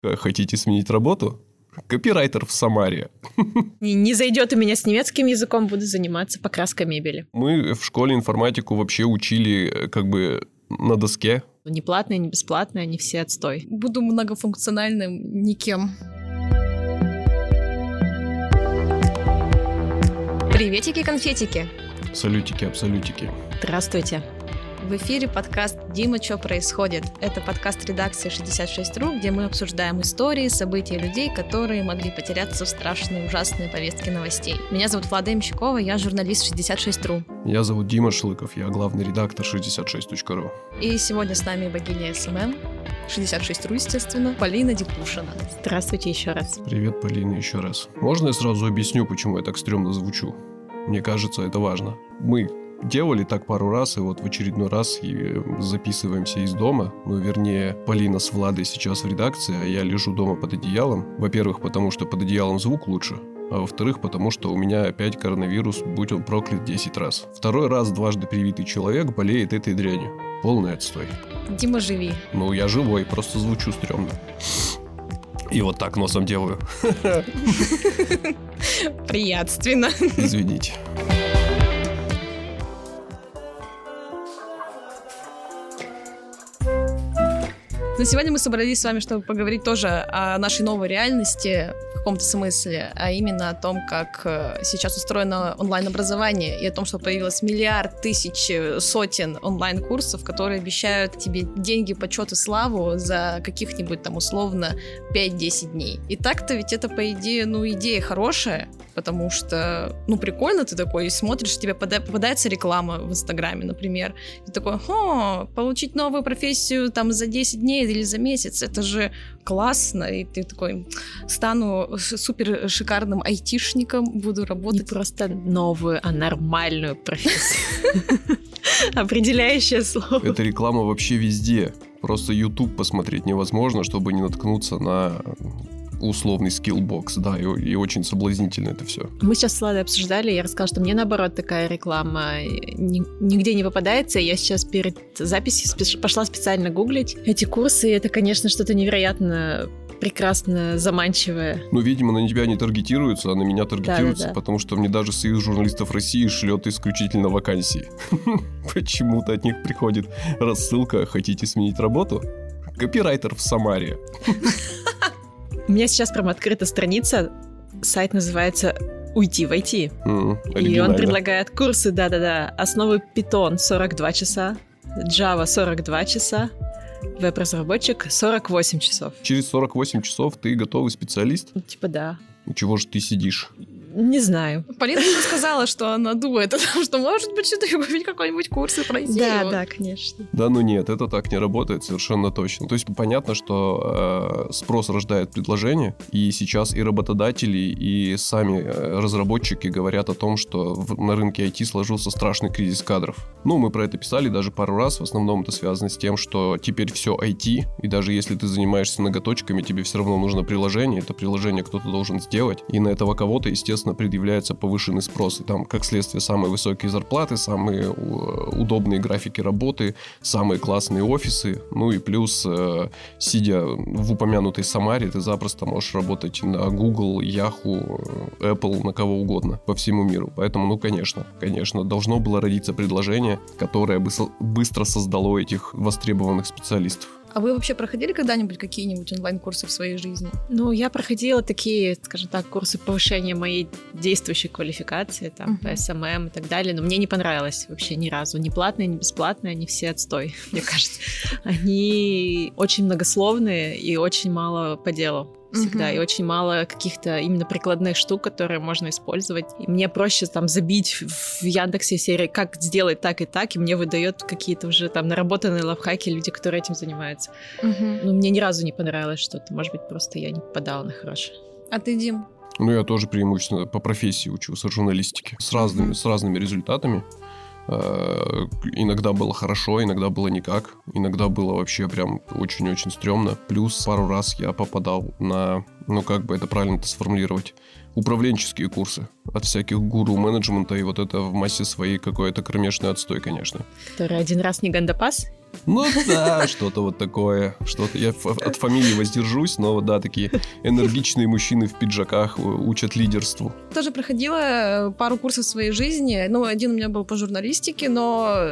Хотите сменить работу? Копирайтер в Самаре. Не зайдет у меня с немецким языком, буду заниматься покраской мебели. Мы в школе информатику вообще учили как бы на доске. Не платные, не бесплатные, они все отстой. Буду многофункциональным никем. Приветики-конфетики. Салютики-абсолютики. Здравствуйте. В эфире подкаст «Дима, чё происходит?». Это подкаст редакции 66.ru, где мы обсуждаем истории, события людей, которые могли потеряться в страшные, ужасные повестки новостей. Меня зовут Влада Ямщикова, я журналист 66.ru. Меня зовут Дима Шлыков, я главный редактор 66.ru. И сегодня с нами богиня СММ, 66.ru, естественно, Полина Дикушина. Здравствуйте еще раз. Привет, Полина, еще раз. Можно я сразу объясню, почему я так стрёмно звучу? Мне кажется, это важно. Мы делали так пару раз, и вот в очередной раз и записываемся из дома. Ну, вернее, Полина с Владой сейчас в редакции, а я лежу дома под одеялом. Во-первых, потому что под одеялом звук лучше, а во-вторых, потому что у меня опять коронавирус, будь он проклят 10 раз. Второй раз дважды привитый человек болеет этой дрянью. Полный отстой. Дима, живи. Ну, я живой, просто звучу стрёмно. И вот так носом делаю. Приятственно. Извините. Но сегодня мы собрались с вами, чтобы поговорить тоже о нашей новой реальности в каком-то смысле, а именно о том, как сейчас устроено онлайн-образование и о том, что появилось миллиард, тысяч, сотен онлайн-курсов, которые обещают тебе деньги, почет и славу за каких-нибудь там условно 5-10 дней. И так-то ведь это, по идее, идея хорошая, потому что, прикольно, ты такой смотришь, тебе попадается реклама в Инстаграме, например, ты такой, получить новую профессию там за 10 дней или за месяц, это же классно, и ты такой, стану супер шикарным айтишником, буду работать. Не просто новую, а нормальную профессию. Определяющее слово. Эта реклама вообще везде. Просто YouTube посмотреть невозможно, чтобы не наткнуться на условный скиллбокс, да, и очень соблазнительно это все. Мы сейчас с Владой обсуждали, я рассказала, что мне, наоборот, такая реклама нигде не попадается, и я сейчас перед записью пошла специально гуглить эти курсы, и это, конечно, что-то невероятно прекрасно заманчивое. Видимо, на тебя не таргетируются, а на меня таргетируются, да. Потому что мне даже Союз журналистов России шлет исключительно вакансии. Почему-то от них приходит рассылка «Хотите сменить работу? Копирайтер в Самаре». У меня сейчас прям открыта страница, сайт называется «Уйти в IT». И он предлагает курсы, да-да-да, основы Python 42 часа, Java 42 часа, веб-разработчик 48 часов. Через 48 часов ты готовый специалист? Типа да. Чего же ты сидишь? Не знаю. Полина уже сказала, что она думает о том, что может быть что-то купить какой-нибудь курс и пройти. Да, конечно. Да, нет, это так не работает совершенно точно. То есть понятно, что спрос рождает предложение, и сейчас и работодатели, и сами разработчики говорят о том, что на рынке IT сложился страшный кризис кадров. Мы про это писали даже пару раз, в основном это связано с тем, что теперь все IT, и даже если ты занимаешься ноготочками, тебе все равно нужно приложение, это приложение кто-то должен сделать, и на этого кого-то, естественно, предъявляется повышенный спрос. И там, как следствие, самые высокие зарплаты, самые удобные графики работы, самые классные офисы. И плюс, сидя в упомянутой Самаре, ты запросто можешь работать на Google, Yahoo, Apple, на кого угодно по всему миру. Поэтому, конечно, должно было родиться предложение, которое бы быстро создало этих востребованных специалистов. А вы вообще проходили когда-нибудь какие-нибудь онлайн-курсы в своей жизни? Я проходила такие, скажем так, курсы повышения моей действующей квалификации, там, по SMM и так далее, но мне не понравилось вообще ни разу. Ни платные, ни бесплатные, они все отстой, мне кажется. Они очень многословные и очень мало по делу. Всегда, и очень мало каких-то именно прикладных штук, которые можно использовать. И мне проще там забить в Яндексе серии, как сделать так, и мне выдает какие-то уже там наработанные лайфхаки люди, которые этим занимаются. Мне ни разу не понравилось что-то. Может быть, просто я не попадала на хорошее. А ты, Дим? Я тоже преимущественно по профессии учился, журналистике. С разными результатами. Иногда было хорошо, иногда было никак. Иногда было вообще прям очень-очень стрёмно. Плюс пару раз я попадал на ну как бы это правильно-то сформулировать, управленческие курсы от всяких гуру менеджмента, и вот это в массе своей какой-то кромешный отстой, конечно. Который один раз не гандапас? Ну да, что-то вот такое. Что-то. Я от фамилии воздержусь, но да, такие энергичные мужчины в пиджаках учат лидерству. Тоже проходила пару курсов в своей жизни. Ну, один у меня был по журналистике, но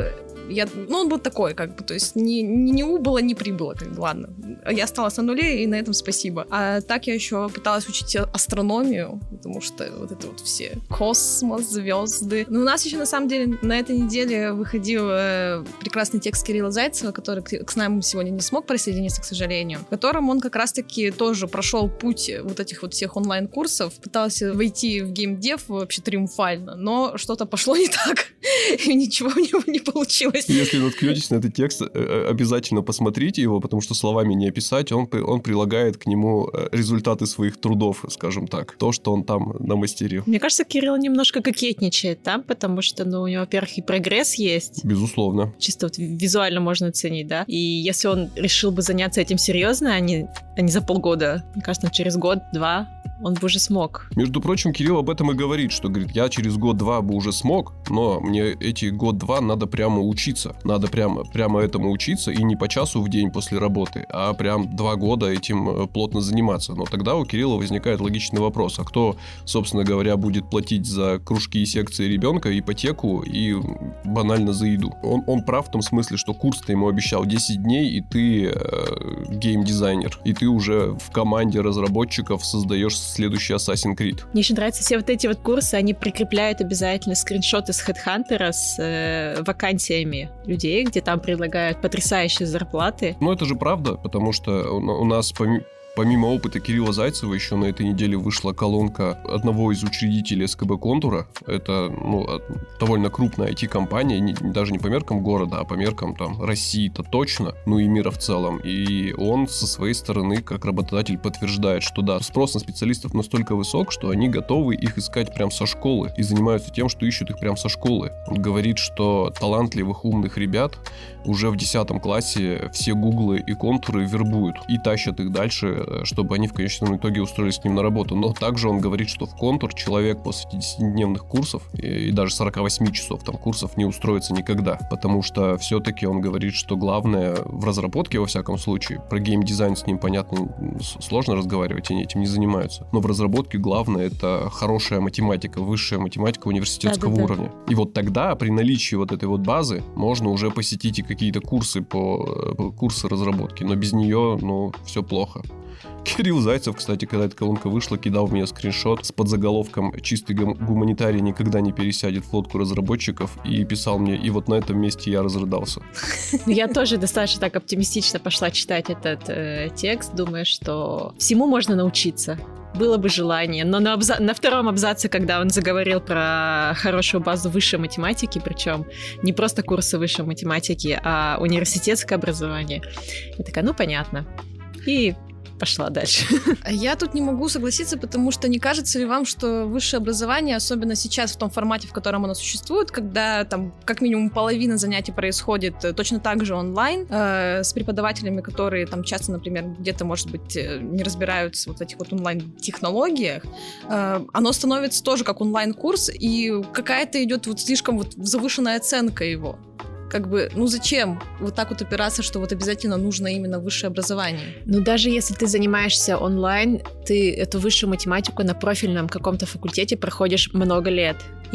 он был такой, как бы, то есть ни убыло, ни прибыло, как бы, ладно. Я осталась на нуле, и на этом спасибо. А так я еще пыталась учить астрономию, потому что вот это вот все космос, звезды. Но у нас еще, на самом деле, на этой неделе выходил прекрасный текст Кирилла Зайцева, который к нам сегодня не смог присоединиться, к сожалению, в котором он как раз-таки тоже прошел путь вот этих вот всех онлайн-курсов, пытался войти в геймдев вообще триумфально, но что-то пошло не так, и ничего у него не получилось. Если наткнетесь на этот текст, обязательно посмотрите его, потому что словами не описать. Он прилагает к нему результаты своих трудов, скажем так. То, что он там намастерил. Мне кажется, Кирилл немножко кокетничает там, потому что, у него, во-первых, и прогресс есть. Безусловно. Чисто вот визуально можно оценить, да. И если он решил бы заняться этим серьезно, а не за полгода, мне кажется, через год-два он бы уже смог. Между прочим, Кирилл об этом и говорит, что, говорит, я через год-два бы уже смог, но мне эти год-два надо прямо учиться. Надо прямо этому учиться, и не по часу в день после работы, а прям 2 года этим плотно заниматься. Но тогда у Кирилла возникает логичный вопрос, а кто, собственно говоря, будет платить за кружки и секции ребенка, ипотеку и банально за еду? Он прав в том смысле, что курс-то ему обещал 10 дней, и ты геймдизайнер, и ты уже в команде разработчиков создаешь следующий Assassin's Creed. Мне еще нравятся все вот эти вот курсы, они прикрепляют обязательно скриншоты с HeadHunter с вакансиями людей, где там предлагают потрясающие зарплаты. Ну, это же правда, потому что у нас помимо опыта Кирилла Зайцева, еще на этой неделе вышла колонка одного из учредителей СКБ Контура. Это, довольно крупная IT-компания, даже не по меркам города, а по меркам там России-то точно, и мира в целом. И он со своей стороны, как работодатель, подтверждает, что да, спрос на специалистов настолько высок, что они готовы их искать прям со школы и занимаются тем, что ищут их прям со школы. Он говорит, что талантливых, умных ребят уже в 10 классе все гуглы и контуры вербуют и тащат их дальше, чтобы они в конечном итоге устроились к ним на работу. Но также он говорит, что в контур человек после 10-дневных курсов и даже 48 часов там курсов не устроится никогда. Потому что все-таки он говорит, что главное в разработке, во всяком случае, про геймдизайн с ним, понятно, сложно разговаривать, они этим не занимаются. Но в разработке главное это хорошая математика, высшая математика университетского уровня. И вот тогда при наличии вот этой вот базы можно уже посетить и какие-то курсы курсы разработки. Но без нее, все плохо. Кирилл Зайцев, кстати, когда эта колонка вышла, кидал мне скриншот с подзаголовком «Чистый гуманитарий никогда не пересядет в лодку разработчиков» и писал мне, и вот на этом месте я разрыдался. Я тоже достаточно так оптимистично пошла читать этот текст, думая, что всему можно научиться. Было бы желание. Но на 2-м абзаце, когда он заговорил про хорошую базу высшей математики, причем не просто курсы высшей математики, а университетское образование, я такая, понятно. И пошла дальше. Я тут не могу согласиться, потому что не кажется ли вам, что высшее образование, особенно сейчас в том формате, в котором оно существует, когда там как минимум половина занятий происходит точно так же онлайн, с преподавателями, которые там часто, например, где-то, может быть, не разбираются вот в этих вот онлайн-технологиях, оно становится тоже как онлайн-курс, и какая-то идет вот слишком вот завышенная оценка его. Как бы, зачем вот так вот опираться, что вот обязательно нужно именно высшее образование? Даже если ты занимаешься онлайн, ты эту высшую математику на профильном каком-то факультете проходишь много лет.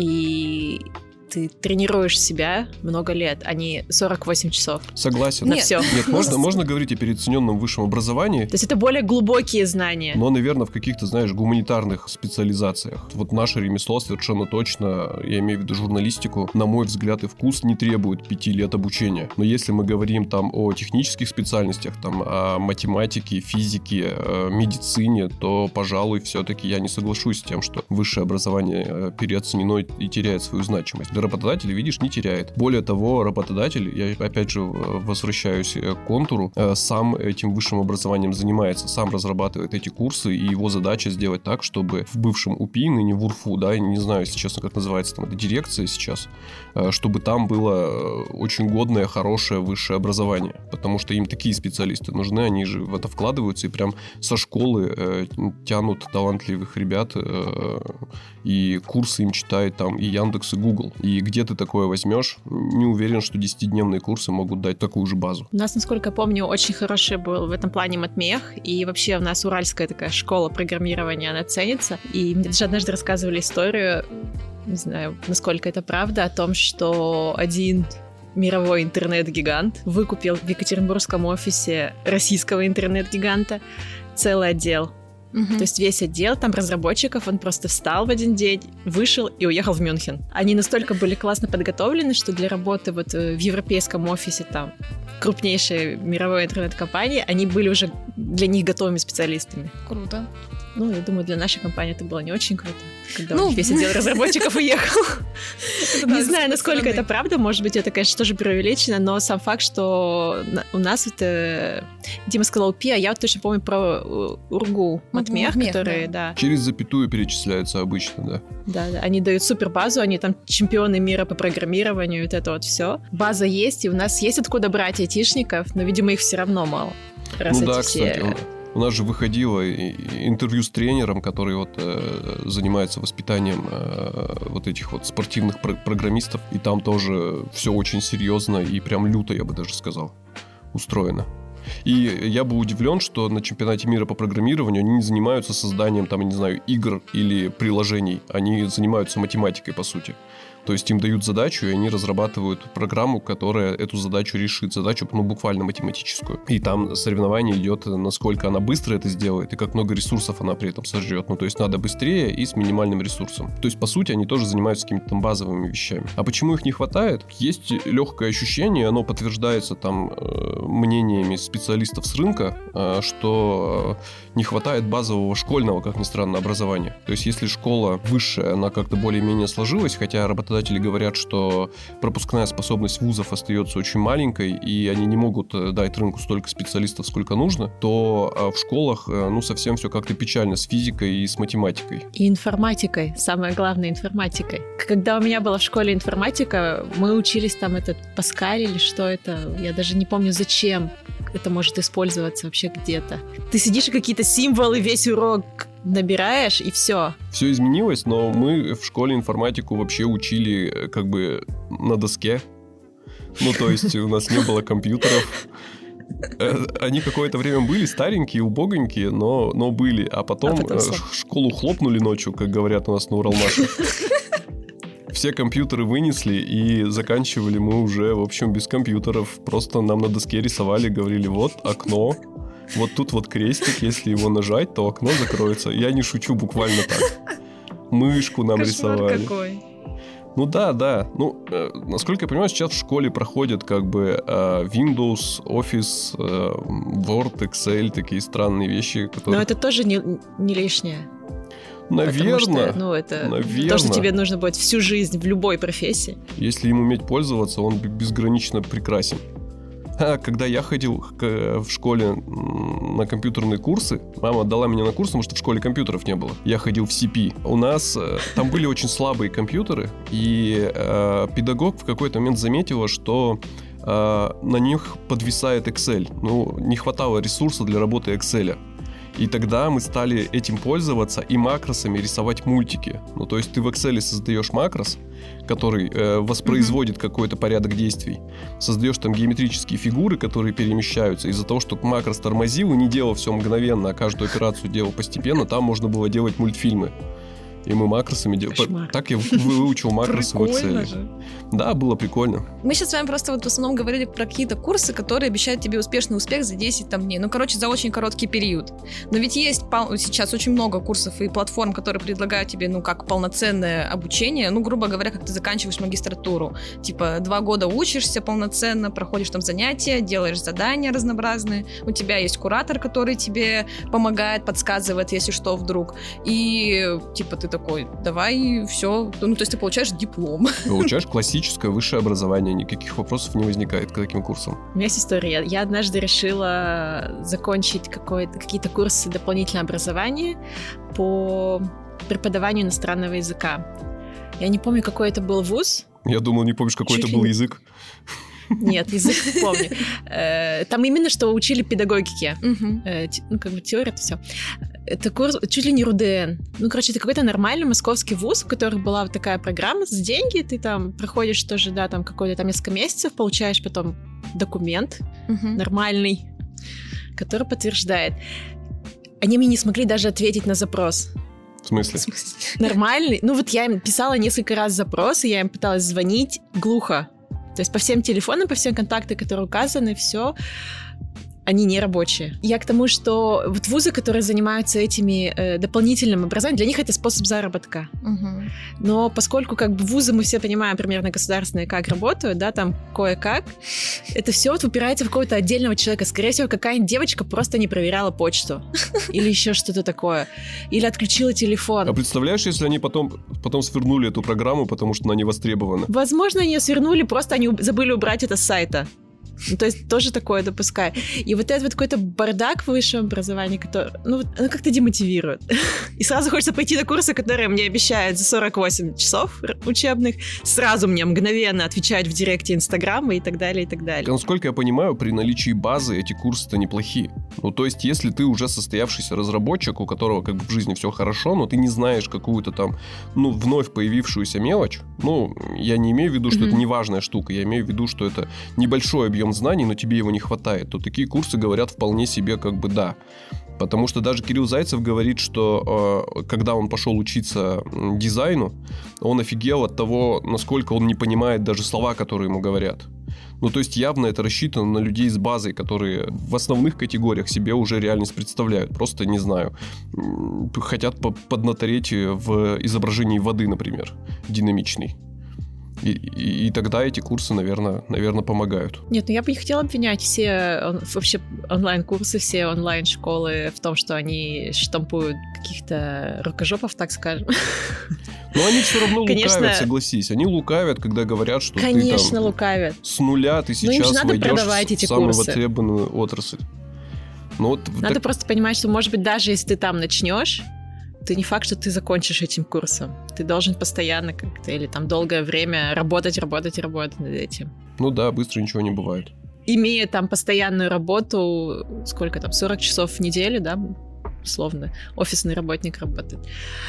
И ты тренируешь себя много лет, а не 48 часов. Согласен. На все. Нет, можно говорить о переоцененном высшем образовании. То есть это более глубокие знания. Но, наверное, в каких-то, гуманитарных специализациях. Вот наше ремесло совершенно точно, я имею в виду журналистику, на мой взгляд и вкус, не требует 5 лет обучения. Но если мы говорим там о технических специальностях, там о математике, физике, медицине, то, пожалуй, все-таки я не соглашусь с тем, что высшее образование переоценено и теряет свою значимость. работодатель, видишь, не теряет. Более того, работодатель, я опять же возвращаюсь к контуру, сам этим высшим образованием занимается, сам разрабатывает эти курсы, и его задача сделать так, чтобы в бывшем УПИ, ныне в УРФУ, да, не знаю, если честно, как называется там эта дирекция сейчас, чтобы там было очень годное, хорошее высшее образование, потому что им такие специалисты нужны, они же в это вкладываются и прям со школы тянут талантливых ребят, и курсы им читает там и Яндекс, и Google. И где ты такое возьмешь? Не уверен, что 10-дневные курсы могут дать такую же базу. У нас, насколько я помню, очень хороший был в этом плане матмех, и вообще у нас уральская такая школа программирования, она ценится. И мне даже однажды рассказывали историю, не знаю, насколько это правда, о том, что один мировой интернет-гигант выкупил в екатеринбургском офисе российского интернет-гиганта целый отдел. То есть весь отдел там разработчиков, он просто встал в один день, вышел и уехал в Мюнхен. Они настолько были классно подготовлены, что для работы вот в европейском офисе там крупнейшей мировой интернет-компании, они были уже для них готовыми специалистами. Круто. Ну, я думаю, для нашей компании это было не очень круто, когда весь отдел разработчиков уехал. Не знаю, насколько это правда, может быть, это, конечно, тоже преувеличено, но сам факт, что у нас это... Дима сказал УПИ, а я вот точно помню про УрГУ, матмех, которые, да. Через запятую перечисляются обычно, да. Да, они дают супер базу, они там чемпионы мира по программированию, вот это вот все. База есть, и у нас есть откуда брать айтишников, но, видимо, их все равно мало. Ну да, кстати, у нас же выходило интервью с тренером, который вот занимается воспитанием вот этих вот спортивных программистов, и там тоже все очень серьезно и прям люто, я бы даже сказал, устроено. И я был удивлен, что на чемпионате мира по программированию они не занимаются созданием, там, я не знаю, игр или приложений, они занимаются математикой, по сути. То есть им дают задачу, и они разрабатывают программу, которая эту задачу решит. Задачу, ну, буквально математическую. И там соревнование идет, насколько она быстро это сделает, и как много ресурсов она при этом сожрет. Ну, то есть надо быстрее и с минимальным ресурсом. То есть, по сути, они тоже занимаются какими-то там базовыми вещами. А почему их не хватает? Есть легкое ощущение, оно подтверждается там мнениями специалистов с рынка, что не хватает базового школьного, как ни странно, образования. То есть, если школа высшая, она как-то более-менее сложилась, хотя работодатели говорят, что пропускная способность вузов остается очень маленькой, и они не могут дать рынку столько специалистов, сколько нужно, то в школах, ну, совсем все как-то печально с физикой и с математикой. И информатикой, самое главное, информатикой. Когда у меня была в школе информатика, мы учились там этот Паскаль или что это, я даже не помню, зачем это может использоваться вообще где-то. Ты сидишь и какие-то символы весь урок набираешь, и все. Все изменилось, но мы в школе информатику вообще учили как бы на доске. Ну, то есть у нас не было компьютеров. Они какое-то время были старенькие, убогонькие, но были. А потом школу хлопнули ночью, как говорят у нас на Уралмаше. Все компьютеры вынесли, и заканчивали мы уже, в общем, без компьютеров. Просто нам на доске рисовали, говорили, вот окно, вот тут вот крестик, если его нажать, то окно закроется. Я не шучу, буквально так. Мышку нам рисовали. Какой. Ну да. Ну, насколько я понимаю, сейчас в школе проходят как бы Windows, Office, Word, Excel, такие странные вещи, которые... Но это тоже не лишнее. Наверное. Потому что, это то, что тебе нужно будет всю жизнь в любой профессии. Если им уметь пользоваться, он безгранично прекрасен. Когда я ходил в школе на компьютерные курсы, мама отдала меня на курсы, потому что в школе компьютеров не было. Я ходил в CP. У нас там были очень слабые компьютеры, и педагог в какой-то момент заметила, что на них подвисает Excel. Ну, не хватало ресурса для работы Excel. И тогда мы стали этим пользоваться и макросами рисовать мультики. Ну, то есть ты в Excel создаешь макрос, который воспроизводит какой-то порядок действий. Создаешь там геометрические фигуры, которые перемещаются. Из-за того, что макрос тормозил и не делал все мгновенно, а каждую операцию делал постепенно, там можно было делать мультфильмы. И мы макросами делали. Так я выучил макросы в Excel. Же. Да, было прикольно. Мы сейчас с вами просто вот в основном говорили про какие-то курсы, которые обещают тебе успешный успех за 10 дней. Ну, короче, за очень короткий период. Но ведь есть сейчас очень много курсов и платформ, которые предлагают тебе, ну, как полноценное обучение. Ну, грубо говоря, как ты заканчиваешь магистратуру. Типа 2 года учишься полноценно, проходишь там занятия, делаешь задания разнообразные. У тебя есть куратор, который тебе помогает, подсказывает, если что, вдруг. И, типа, ты такой, давай, все. Ну, то есть ты получаешь диплом. Получаешь классическое высшее образование, никаких вопросов не возникает к таким курсам. У меня есть история. Я однажды решила закончить какие-то курсы дополнительного образования по преподаванию иностранного языка. Я не помню, какой это был вуз. Я думал, не помнишь, какой это был язык. Нет, язык помню. Там именно что учили педагогике. Ну, как бы теория, это все. Это курс чуть ли не РУДН. Ну, короче, это какой-то нормальный московский вуз, в котором была вот такая программа за деньги. Ты там проходишь тоже, да, там какой-то там несколько месяцев, получаешь потом документ нормальный, который подтверждает. Они мне не смогли даже ответить на запрос. В смысле? Нормальный. Ну, вот я им писала несколько раз запросы, я им пыталась звонить глухо. То есть по всем телефонам, по всем контактам, которые указаны, все, они не рабочие. Я к тому, что вот вузы, которые занимаются этими дополнительным образованием, для них это способ заработка. Но поскольку как бы вузы, мы все понимаем примерно государственные, как работают, да, там кое-как, это все вот упирается в какого-то отдельного человека. Скорее всего, какая-нибудь девочка просто не проверяла почту. Или еще что-то такое. Или отключила телефон. А представляешь, если они потом свернули эту программу, потому что она не востребована? Возможно, они ее свернули, просто они забыли убрать это с сайта. Ну, то есть тоже такое допускаю. И вот этот вот какой-то бардак в высшем образовании, который, ну, оно как-то демотивирует. И сразу хочется пойти на курсы, которые мне обещают за 48 часов учебных, сразу мне мгновенно отвечать в директе Инстаграма и так далее, и так далее. Насколько я понимаю, при наличии базы эти курсы-то неплохие. Ну, то есть, если ты уже состоявшийся разработчик, у которого как бы в жизни все хорошо, но ты не знаешь какую-то там, ну, вновь появившуюся мелочь, ну, я не имею в виду, что это неважная штука, я имею в виду, что это небольшой объем знаний, но тебе его не хватает, то такие курсы говорят вполне себе как бы да. Потому что даже Кирилл Зайцев говорит, что когда он пошел учиться дизайну, он офигел от того, насколько он не понимает даже слова, которые ему говорят. Ну, то есть явно это рассчитано на людей с базой, которые в основных категориях себе уже реальность представляют. Просто, не знаю, хотят поднатореть в изображении воды, например, динамичной. И тогда эти курсы, наверное, помогают. Нет, ну я бы не хотела обвинять все вообще онлайн-курсы, все онлайн-школы в том, что они штампуют каких-то рукожопов, так скажем. Но они все равно лукавят, согласись. Они лукавят, когда говорят, что конечно, ты там лукавят. С нуля ты сейчас войдешь в самую курсы. востребованную отрасль. Надо просто понимать, что, может быть, даже если ты там начнешь, ты не факт, что ты закончишь этим курсом. Ты должен постоянно как-то или там долгое время работать над этим. Ну да, быстро ничего не бывает. Имея там постоянную работу, сколько там, 40 часов в неделю, да, условно, офисный работник работает,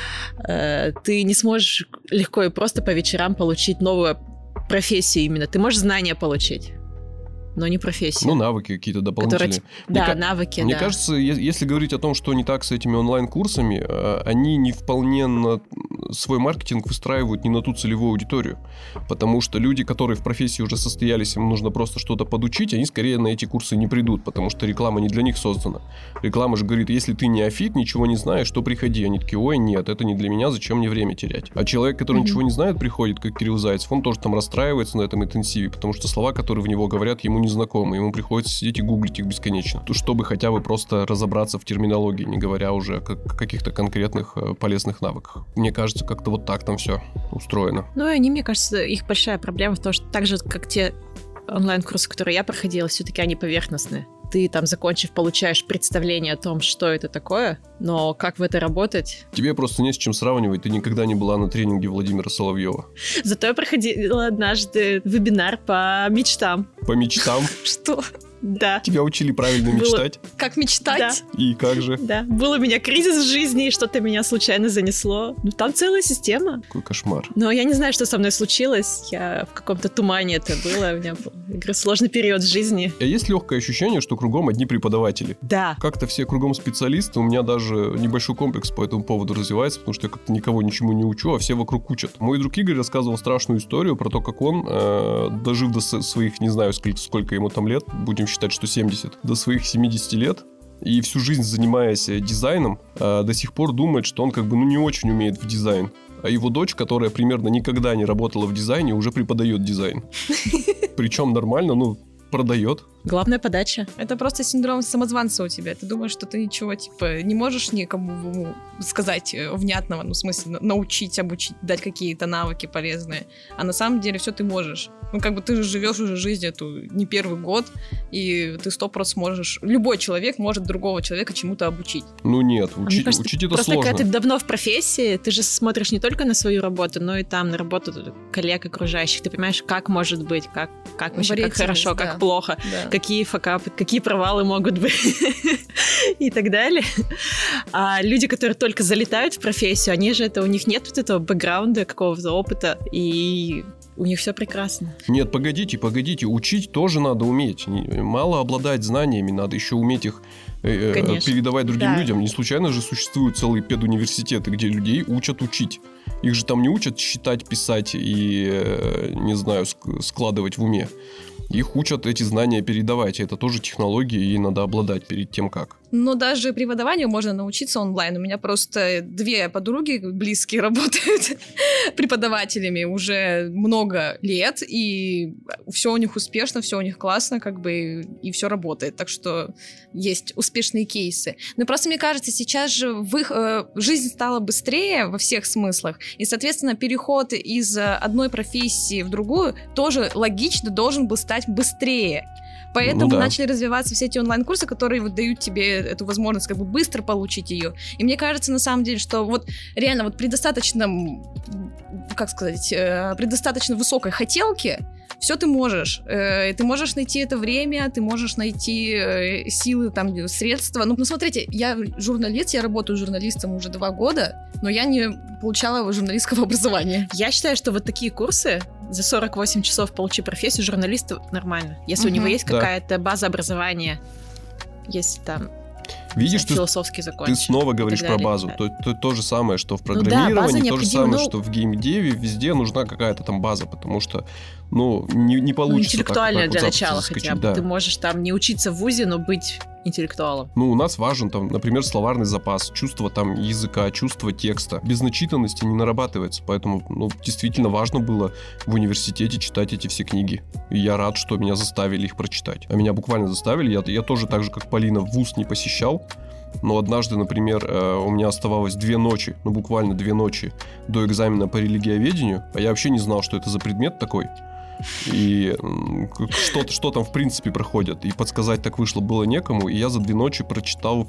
ты не сможешь легко и просто по вечерам получить новую профессию именно. Ты можешь знания получить, но не профессию. Ну, навыки какие-то дополнительные. Навыки, Мне кажется, если говорить о том, что не так с этими онлайн-курсами, они не вполне свой маркетинг выстраивают не на ту целевую аудиторию. Потому что люди, которые в профессии уже состоялись, им нужно просто что-то подучить, они скорее на эти курсы не придут, потому что реклама не для них создана. Реклама же говорит, если ты неофит, ничего не знаешь, то приходи. Они такие, ой, нет, это не для меня, зачем мне время терять? А человек, который ничего не знает, приходит, как Кирилл Зайцев, он тоже там расстраивается на этом интенсиве, потому что слова, которые в него говорят, ему незнакомы. Ему приходится сидеть и гуглить их бесконечно, чтобы хотя бы просто разобраться в терминологии, не говоря уже о каких-то конкретных полезных навыках. Мне кажется, как-то вот так там все устроено. Ну, и они, мне кажется, их большая проблема в том, что так же, как те онлайн-курсы, которые я проходила, все-таки они поверхностные. Ты там, закончив, получаешь представление о том, что это такое, но как в это работать... Тебе просто не с чем сравнивать, ты никогда не была на тренинге Владимира Соловьева. Зато я проходила однажды вебинар по мечтам. По мечтам? Что? Да. Тебя учили правильно мечтать? Как мечтать? Да. И как же? Да. Был у меня кризис в жизни, и что-то меня случайно занесло. Ну, там целая система. Какой кошмар. Но я не знаю, что со мной случилось. Я в каком-то тумане это было. У меня был, я говорю, сложный период в жизни. А есть легкое ощущение, что кругом одни преподаватели? Да. Как-то все кругом специалисты. У меня даже небольшой комплекс по этому поводу развивается, потому что я как-то никого ничему не учу, а все вокруг учат. Мой друг Игорь рассказывал страшную историю про то, как он, дожив до своих, не знаю, сколько ему там лет, будем считать, что 70, до своих 70 лет, и всю жизнь занимаясь дизайном, до сих пор думает, что он как бы не очень умеет в дизайн. А его дочь, которая примерно никогда не работала в дизайне, уже преподает дизайн. Причем нормально, продает. Главная подача. Это просто синдром самозванца у тебя. Ты думаешь, что ты ничего, типа, не можешь никому сказать внятного, ну, в смысле, научить, обучить, дать какие-то навыки полезные. А на самом деле все ты можешь. Ну, как бы ты же живешь уже жизнь эту не первый год, и ты 100% сможешь... Любой человек может другого человека чему-то обучить. Ну нет, учить это просто сложно. когда ты давно в профессии, ты же смотришь не только на свою работу, но и там на работу коллег окружающих. Ты понимаешь, как может быть, как вообще, как хорошо, да. как плохо, Да. какие факапы, какие провалы могут быть и так далее. А люди, которые только залетают в профессию, они же у них нет вот этого бэкграунда, какого-то опыта, и у них все прекрасно. Нет, погодите, учить тоже надо уметь. Мало обладать знаниями, надо еще уметь их передавать другим людям. Не случайно же существуют целые педуниверситеты, где людей учат учить. Их же там не учат считать, писать и, не знаю, складывать в уме. Их учат эти знания передавать. Это тоже технологии, и надо обладать перед тем, как. Но даже преподаванию можно научиться онлайн. У меня просто 2 подруги близкие работают преподавателями уже много лет, и все у них успешно, все у них классно, как бы, и все работает. Так что есть успешные кейсы. Но просто мне кажется, сейчас же жизнь стала быстрее во всех смыслах, и, соответственно, переход из одной профессии в другую тоже логично должен был стать быстрее. Поэтому начали развиваться все эти онлайн-курсы, которые вот дают тебе эту возможность как бы быстро получить ее. И мне кажется, на самом деле, что вот реально вот при достаточном, как сказать, при достаточно высокой хотелке все ты можешь. Ты можешь найти это время, ты можешь найти силы, там, средства. Ну, смотрите, я журналист, я работаю журналистом уже 2 года, но я не получала журналистского образования. Я считаю, что вот такие курсы за 48 часов получи профессию журналиста нормально. Если у него есть какая-то база образования, если там... Видишь, философский закон. Ты снова говоришь про базу. То же самое, что в программировании, то же самое, что в геймдеве. Везде нужна какая-то там база, потому что, не получится интеллектуальная так для вот начала заскочить, хотя бы. Да. Ты можешь там не учиться в вузе, но быть интеллектуалом. У нас важен там, например, словарный запас, чувство там языка, чувство текста. Без начитанности не нарабатывается, поэтому, действительно важно было в университете читать эти все книги. И я рад, что меня заставили их прочитать. А меня буквально заставили. Я тоже так же, как Полина, вуз не посещал. Но однажды, например, у меня оставалось 2 ночи, буквально 2 ночи до экзамена по религиоведению, а я вообще не знал, что это за предмет такой. И что там в принципе проходит. И подсказать так вышло было некому. И я за 2 ночи прочитал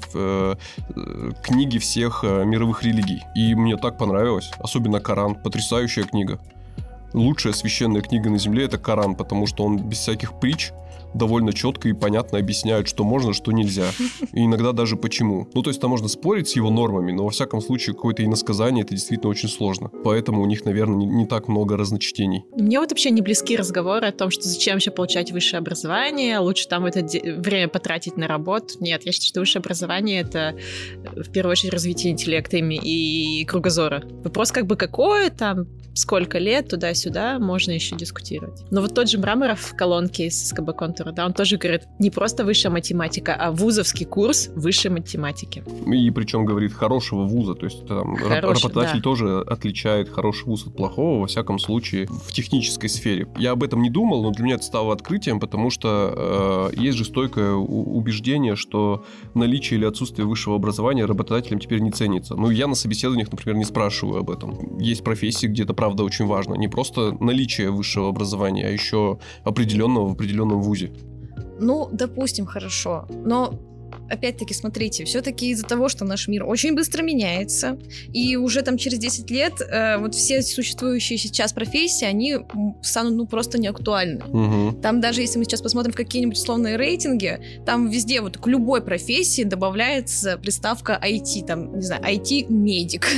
книги всех мировых религий. И мне так понравилось. Особенно Коран. Потрясающая книга. Лучшая священная книга на земле — это Коран, потому что он без всяких притч довольно четко и понятно объясняют, что можно, что нельзя. И иногда даже почему. То есть там можно спорить с его нормами, но во всяком случае какое-то иносказание — это действительно очень сложно. Поэтому у них, наверное, не так много разночтений. Мне вот вообще не близки разговоры о том, что зачем еще получать высшее образование, лучше там это время потратить на работу. Нет, я считаю, что высшее образование — это в первую очередь развитие интеллекта и кругозора. Вопрос как бы какой, там, сколько лет, туда-сюда, можно еще дискутировать. Но вот тот же Мраморов в колонке из СКБ Контура, он тоже говорит, не просто высшая математика, а вузовский курс высшей математики. И причем говорит хорошего вуза, то есть там работодатель тоже отличает хороший вуз от плохого, во всяком случае, в технической сфере. Я об этом не думал, но для меня это стало открытием, потому что есть же стойкое убеждение, что наличие или отсутствие высшего образования работодателям теперь не ценится. Я на собеседованиях, например, не спрашиваю об этом. Есть профессии, где это правда очень важно. Не просто наличие высшего образования, а еще определенного в определенном вузе. Допустим, хорошо. Но опять-таки, смотрите, все-таки из-за того, что наш мир очень быстро меняется, и уже там через 10 лет вот все существующие сейчас профессии, они станут просто неактуальны. Угу. Там даже если мы сейчас посмотрим какие-нибудь условные рейтинги, там везде вот к любой профессии добавляется приставка IT, там, не знаю, IT-медик,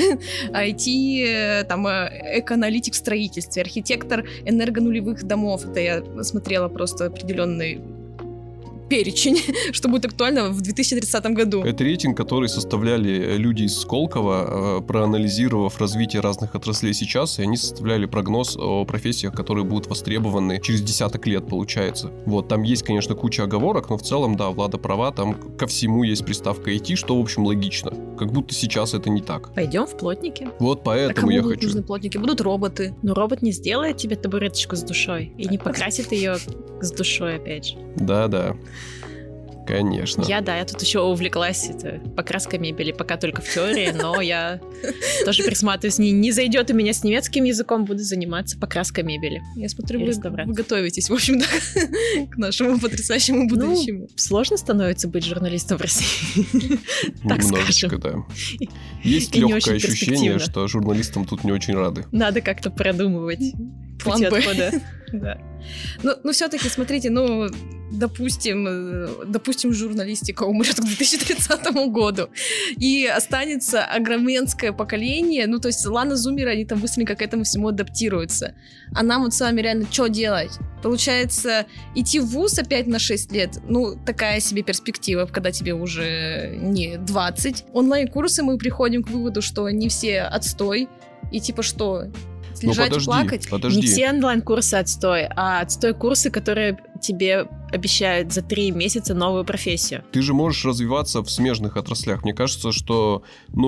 IT, там, экоаналитик в строительстве, архитектор энергонулевых домов. Это я смотрела просто определенный перечень, что будет актуально в 2030 году. Это рейтинг, который составляли люди из Сколково, проанализировав развитие разных отраслей сейчас, и они составляли прогноз о профессиях, которые будут востребованы через десяток лет, получается. Вот, там есть, конечно, куча оговорок, но в целом, да, Влада права, там ко всему есть приставка IT, что, в общем, логично. Как будто сейчас это не так. Пойдем в плотники. Вот поэтому я хочу. Нужны плотники, будут роботы. Но робот не сделает тебе табуреточку с душой и не покрасит ее с душой, опять же. Да. Конечно. Я тут еще увлеклась покраской мебели, пока только в теории, но я тоже присматриваюсь. Не зайдет у меня с немецким языком, буду заниматься покраской мебели. Я смотрю, вы готовитесь, в общем-то, к нашему потрясающему будущему. Сложно становится быть журналистом в России, так немножечко, скажем. Да. Есть легкое ощущение, что журналистам тут не очень рады. Надо как-то продумывать план Б. Да. Ну, все-таки, смотрите, допустим, журналистика умрет к 2030 году, и останется огроменское поколение, то есть ладно, зумеры, они там быстренько к этому всему адаптируются, а нам вот с вами реально что делать? Получается, идти в вуз опять на 6 лет, такая себе перспектива, когда тебе уже не 20. Онлайн-курсы мы приходим к выводу, что они все отстой, и типа что... Лежать и плакать? Подожди. Не все онлайн-курсы отстой, а отстой курсы, которые тебе обещают за 3 месяца новую профессию. Ты же можешь развиваться в смежных отраслях. Мне кажется, что,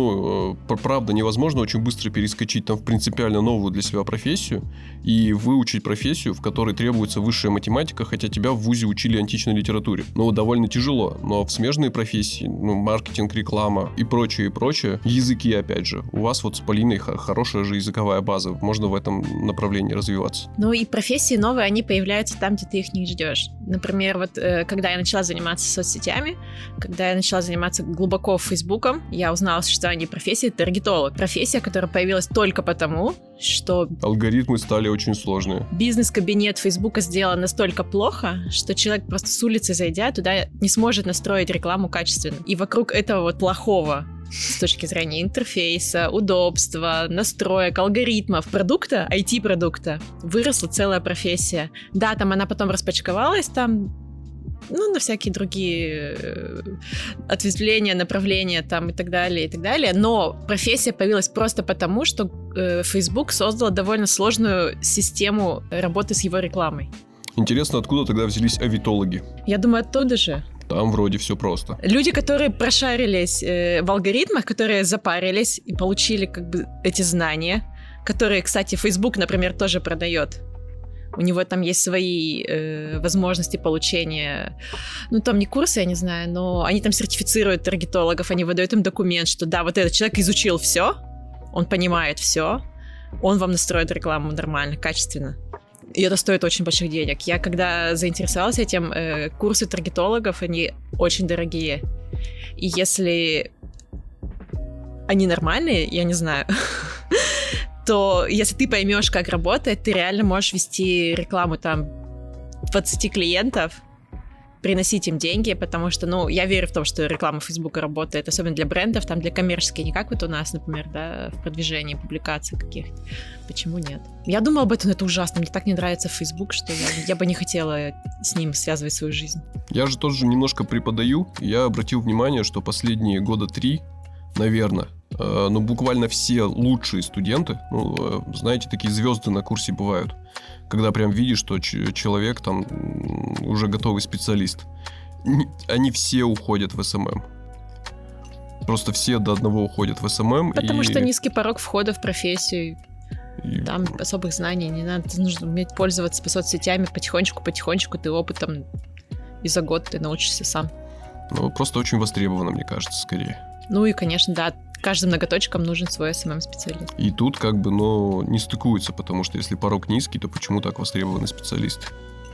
правда, невозможно очень быстро перескочить там в принципиально новую для себя профессию и выучить профессию, в которой требуется высшая математика, хотя тебя в вузе учили античной литературе. Довольно тяжело. Но в смежные профессии, маркетинг, реклама и прочее, языки, опять же. У вас вот с Полиной хорошая же языковая база. Можно в этом направлении развиваться. И профессии новые, они появляются там, где ты их не ждешь. Например, когда я начала заниматься соцсетями, когда я начала заниматься глубоко Фейсбуком, я узнала о существовании профессии таргетолог. Профессия, которая появилась только потому, что... Алгоритмы стали очень сложные. Бизнес-кабинет Фейсбука сделан настолько плохо, что человек просто с улицы, зайдя туда, не сможет настроить рекламу качественно. И вокруг этого плохого с точки зрения интерфейса, удобства, настроек, алгоритмов, продукта, IT-продукта, выросла целая профессия. Да, там она потом распачковалась, там, на всякие другие ответвления, направления там и так далее, но профессия появилась просто потому, что Facebook создал довольно сложную систему работы с его рекламой. Интересно, откуда тогда взялись авитологи? Я думаю, оттуда же. Там вроде все просто. Люди, которые прошарились в алгоритмах, которые запарились и получили эти знания, которые, кстати, Facebook, например, тоже продает. У него там есть свои возможности получения, там не курсы, я не знаю, но они там сертифицируют таргетологов, они выдают им документ, что да, вот этот человек изучил все, он понимает все, он вам настроит рекламу нормально, качественно. И это стоит очень больших денег. Я когда заинтересовалась этим, курсы таргетологов, они очень дорогие. И если они нормальные, я не знаю, то если ты поймешь, как работает, ты реально можешь вести рекламу там 20 клиентов, приносить им деньги, потому что, я верю в том, что реклама Фейсбука работает, особенно для брендов, там для коммерческих, не как вот у нас, например, да, в продвижении публикаций каких-то. Почему нет? Я думала об этом, но это ужасно. Мне так не нравится Facebook, что я бы не хотела с ним связывать свою жизнь. Я же тоже немножко преподаю. Я обратил внимание, что последние 3 года, наверное, буквально все лучшие студенты, знаете, такие звезды на курсе бывают, когда прям видишь, что человек там уже готовый специалист. Они все уходят в СММ. Просто все до одного уходят в СММ. Потому что низкий порог входа в профессию. Там особых знаний не надо. Нужно уметь пользоваться соцсетями потихонечку ты опытом, и за год ты научишься сам. Просто очень востребовано, мне кажется, скорее. И, конечно, да, каждым ноготочком нужен свой СММ-специалист. И тут не стыкуется, потому что если порог низкий, то почему так востребованы специалисты?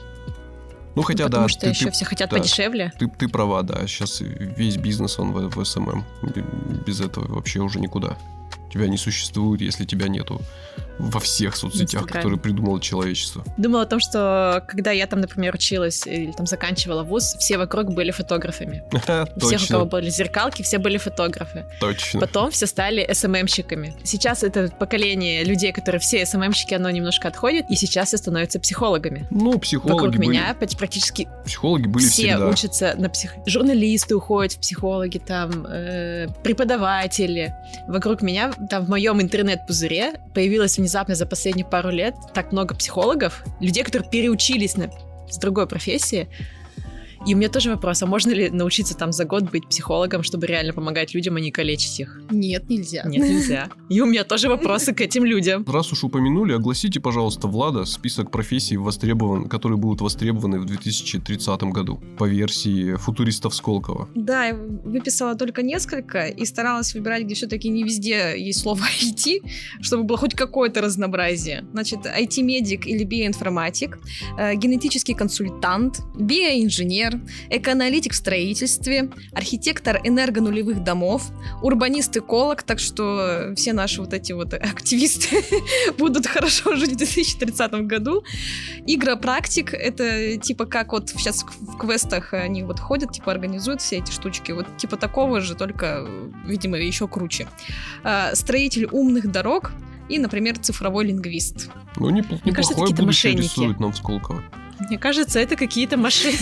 Хотя потому что еще все хотят подешевле. Ты права, да. Сейчас весь бизнес, он в СММ. Без этого вообще уже никуда. Тебя не существует, если тебя нету во всех соцсетях, которые придумало человечество. Думала о том, что когда я там, например, училась или там заканчивала вуз, все вокруг были фотографами. Всех, у кого были зеркалки, все были фотографы. Точно. Потом все стали СММщиками. Сейчас это поколение людей, которые все СММщики, оно немножко отходит, и сейчас все становятся психологами. Ну, психологи вокруг были... меня практически психологи были все всегда. учатся на журналисты уходят в психологи, там преподаватели. Вокруг меня, там в моем интернет-пузыре появилось внезапно за последние пару лет так много психологов, людей, которые переучились с другой профессии. И у меня тоже вопрос, а можно ли научиться там за год быть психологом, чтобы реально помогать людям, а не калечить их? Нет, нельзя. Нет, нельзя. И у меня тоже вопросы к этим людям. Раз уж упомянули, огласите, пожалуйста, Влада, список профессий, которые будут востребованы в 2030 году по версии футуристов Сколково. Да, я выписала только несколько и старалась выбирать, где все-таки не везде есть слово IT, чтобы было хоть какое-то разнообразие. Значит, IT-медик или биоинформатик, генетический консультант, биоинженер, экоаналитик в строительстве, архитектор энергонулевых домов, урбанист-эколог, так что все наши вот эти вот активисты будут хорошо жить в 2030 году. Игропрактик, это типа как вот сейчас в квестах они вот ходят, типа организуют все эти штучки, вот типа такого же, только, видимо, еще круче. Строитель умных дорог и, например, цифровой лингвист. Ну, неплохое будущее рисует нам в Сколково. Мне кажется, это какие-то машины.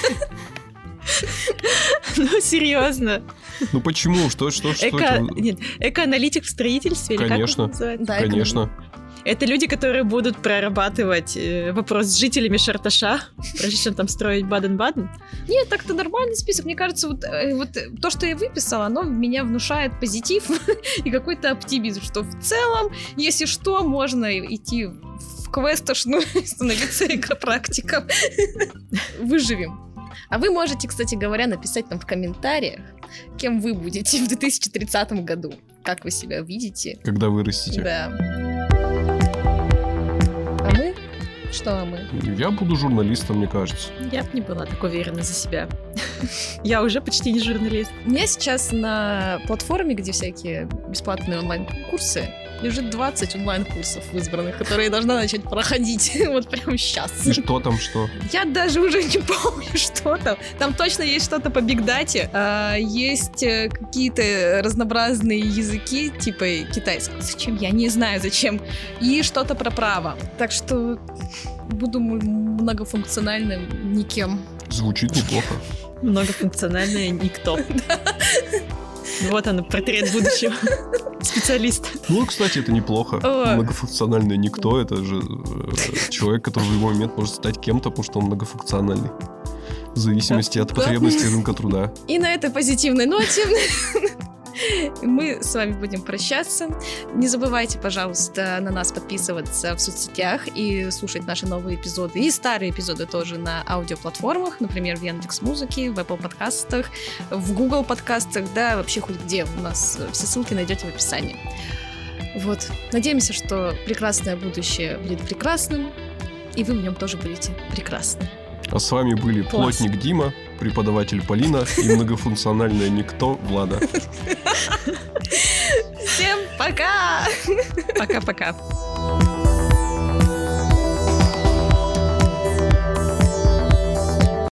Ну, серьезно. Ну, почему? Что это? Нет, экоаналитик в строительстве? Конечно, или как это называется? Конечно. Это люди, которые будут прорабатывать вопрос с жителями Шарташа, прежде чем там строить Баден-Баден? Нет, так-то нормальный список. Мне кажется, вот то, что я выписала, оно меня внушает позитив и какой-то оптимизм, что в целом, если что, можно идти в квестошную и становиться игропрактиком. Выживем. А вы можете, кстати говоря, написать нам в комментариях, кем вы будете в 2030 году. Как вы себя видите. Когда вырастете. Да. А мы? Что мы? Я буду журналистом, мне кажется. Я бы не была так уверена за себя. Я уже почти не журналист. У меня сейчас на платформе, где всякие бесплатные онлайн-курсы, лежит 20 онлайн-курсов избранных, которые я должна начать проходить вот прямо сейчас. И что там, что? Я даже уже не помню, что там. Там точно есть что-то по бигдате. Есть какие-то разнообразные языки, типа китайского. Зачем? Я не знаю, зачем. И что-то про право. Так что буду многофункциональным никем. Звучит неплохо. Многофункциональное никто. Вот он, портрет будущего специалиста. Ну, кстати, это неплохо. Многофункциональный никто, это же человек, который в любой момент может стать кем-то, потому что он многофункциональный. В зависимости от потребностей рынка труда. И на этой позитивной ноте мы с вами будем прощаться. Не забывайте, пожалуйста, на нас подписываться в соцсетях и слушать наши новые эпизоды и старые эпизоды тоже на аудиоплатформах, например, в Яндекс.Музыке, в Apple подкастах, в Google подкастах, да, вообще хоть где. У нас все ссылки найдете в описании. Вот. Надеемся, что прекрасное будущее будет прекрасным, и вы в нем тоже будете прекрасны. А с вами были плотник Дима, преподаватель Полина и многофункциональная никто Влада. Всем пока! Пока-пока.